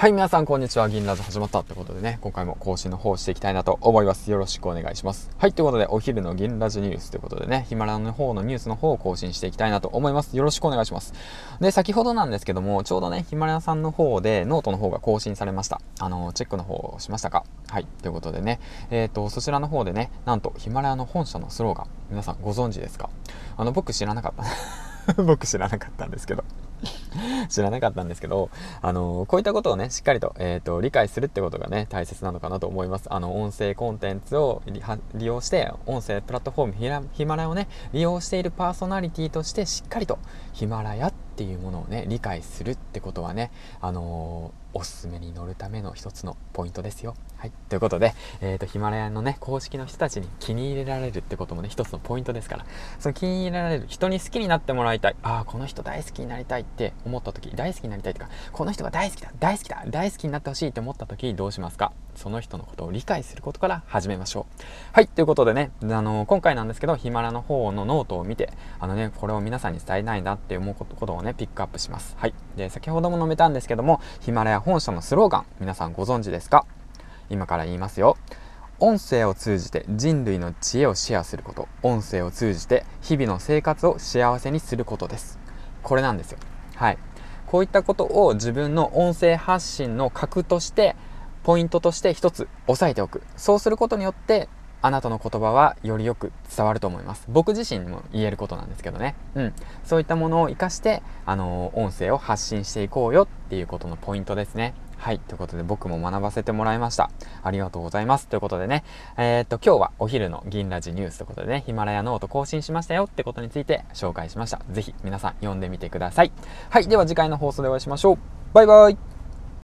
はい、皆さんこんにちは。銀ラジ始まったってことでね、今回も更新の方をしていきたいなと思います。よろしくお願いします。はい、ということで、お昼の銀ラジニュースということでね、ヒマラヤの方のニュースの方を更新していきたいなと思います。よろしくお願いします。で、先ほどなんですけども、ちょうどね、ヒマラヤさんの方でノートの方が更新されました。チェックの方をしましたか？はい、ということでね、そちらの方でね、なんとヒマラヤの本社のスローガン、皆さんご存知ですか？僕知らなかった。僕知らなかったんですけど。こういったことをね、しっかりと、理解するってことがね、大切なのかなと思います。音声コンテンツを利用して、音声プラットフォームヒマラヤをね、利用しているパーソナリティとして、しっかりとヒマラヤっていうものをね、理解するってことはね、おすすめに乗るための一つのポイントですよ。はい。ということで、ヒマラヤのね、公式の人たちに気に入れられるってこともね、一つのポイントですから、その気に入れられる、人に好きになってもらいたい、この人大好きになりたいって思った時、大好きになりたいとか、この人が大好きだ、大好きだ、大好きになってほしいって思った時、どうしますか？その人のことを理解することから始めましょう。はい。ということでね、今回なんですけど、ヒマラの方のノートを見て、これを皆さんに伝えないなって思うことをね、ピックアップします。はい。で、先ほども述べたんですけども、ヒマラヤ本社のスローガン、皆さんご存知ですか？今から言いますよ。音声を通じて人類の知恵をシェアすること。音声を通じて日々の生活を幸せにすることです。これなんですよ。はい。こういったことを自分の音声発信の核として、ポイントとして一つ押さえておく。そうすることによって、あなたの言葉はよりよく伝わると思います。僕自身にも言えることなんですけどね。そういったものを活かして、音声を発信していこうよっていうことのポイントですね。はい。ということで僕も学ばせてもらいました。ありがとうございます。ということでね、今日はお昼の銀ラジニュースということでね、ヒマラヤノート更新しましたよってことについて紹介しました。ぜひ皆さん読んでみてください。はい。では次回の放送でお会いしましょう。バイバイ。